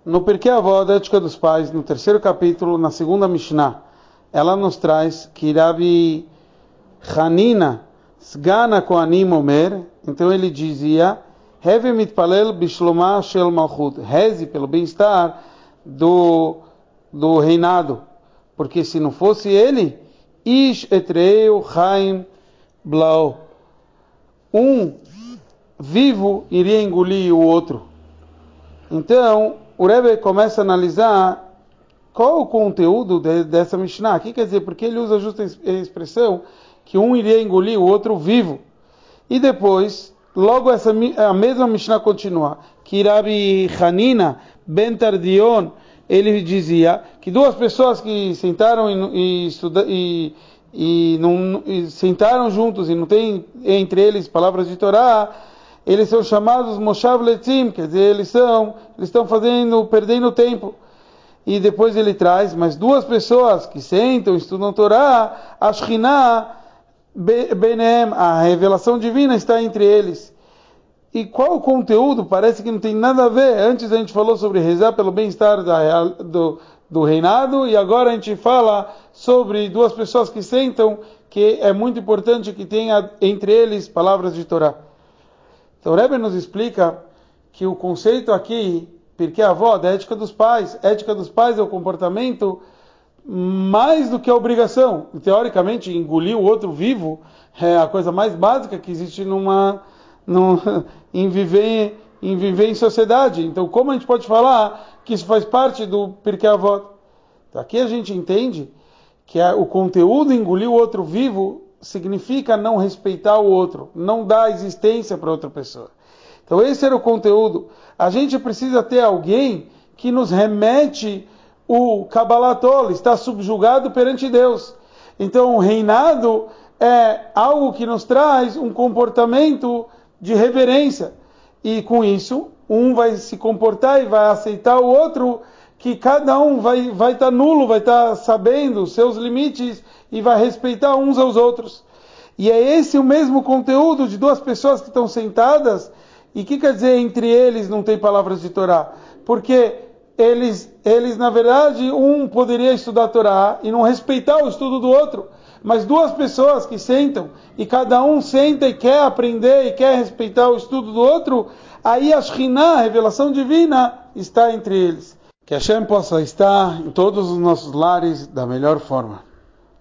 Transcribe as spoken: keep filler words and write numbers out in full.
No Pirkei Avot, a Ética dos Pais, no terceiro capítulo, na segunda Mishnah, ela nos traz que Rabi Hanina, Sgana Kohanim Omer, então ele dizia, Heve mitpalel bishloma shel malchut, reze pelo bem-estar do, do reinado, porque se não fosse ele, Ish etreu chaim blau, um vivo iria engolir o outro. Então, o Rebbe começa a analisar qual o conteúdo de, dessa Mishnah. O que quer dizer? Porque ele usa a justa expressão que um iria engolir o outro vivo. E depois, logo essa, a mesma Mishnah continua. Que Rabi Hanina ben Tardion, ele dizia que duas pessoas que sentaram e, e, estuda, e, e, não, e sentaram juntos e não tem entre eles palavras de Torá, eles são chamados Moshav Letzim, quer dizer, eles são, eles estão fazendo, perdendo tempo. E depois ele traz, mas duas pessoas que sentam, estudam Torá, a Shekhinah Benem, a revelação divina está entre eles. E qual o conteúdo? Parece que não tem nada a ver. Antes a gente falou sobre rezar pelo bem-estar da, do, do reinado, e agora a gente fala sobre duas pessoas que sentam, que é muito importante que tenha entre eles palavras de Torá. Então o Rebbe nos explica que o conceito aqui, Pirkei Avot, é a ética dos pais. A ética dos pais é o comportamento mais do que a obrigação. Teoricamente, engolir o outro vivo é a coisa mais básica que existe numa, numa, em, viver, em viver em sociedade. Então, como a gente pode falar que isso faz parte do Pirkei Avot? Então, aqui a gente entende que é, o conteúdo engolir o outro vivo significa não respeitar o outro, não dar existência para outra pessoa. Então esse era o conteúdo. A gente precisa ter alguém que nos remete o Kabbalah Tol, está subjugado perante Deus. Então o reinado é algo que nos traz um comportamento de reverência. E com isso, um vai se comportar e vai aceitar o outro, que cada um vai vai estar nulo, vai estar sabendo os seus limites e vai respeitar uns aos outros. E é esse o mesmo conteúdo de duas pessoas que estão sentadas. E o que quer dizer entre eles não tem palavras de Torá? Porque eles, eles, na verdade, um poderia estudar a Torá e não respeitar o estudo do outro. Mas duas pessoas que sentam e cada um senta e quer aprender e quer respeitar o estudo do outro, aí a Shekhinah, a revelação divina, está entre eles. Que Hashem possa estar em todos os nossos lares da melhor forma.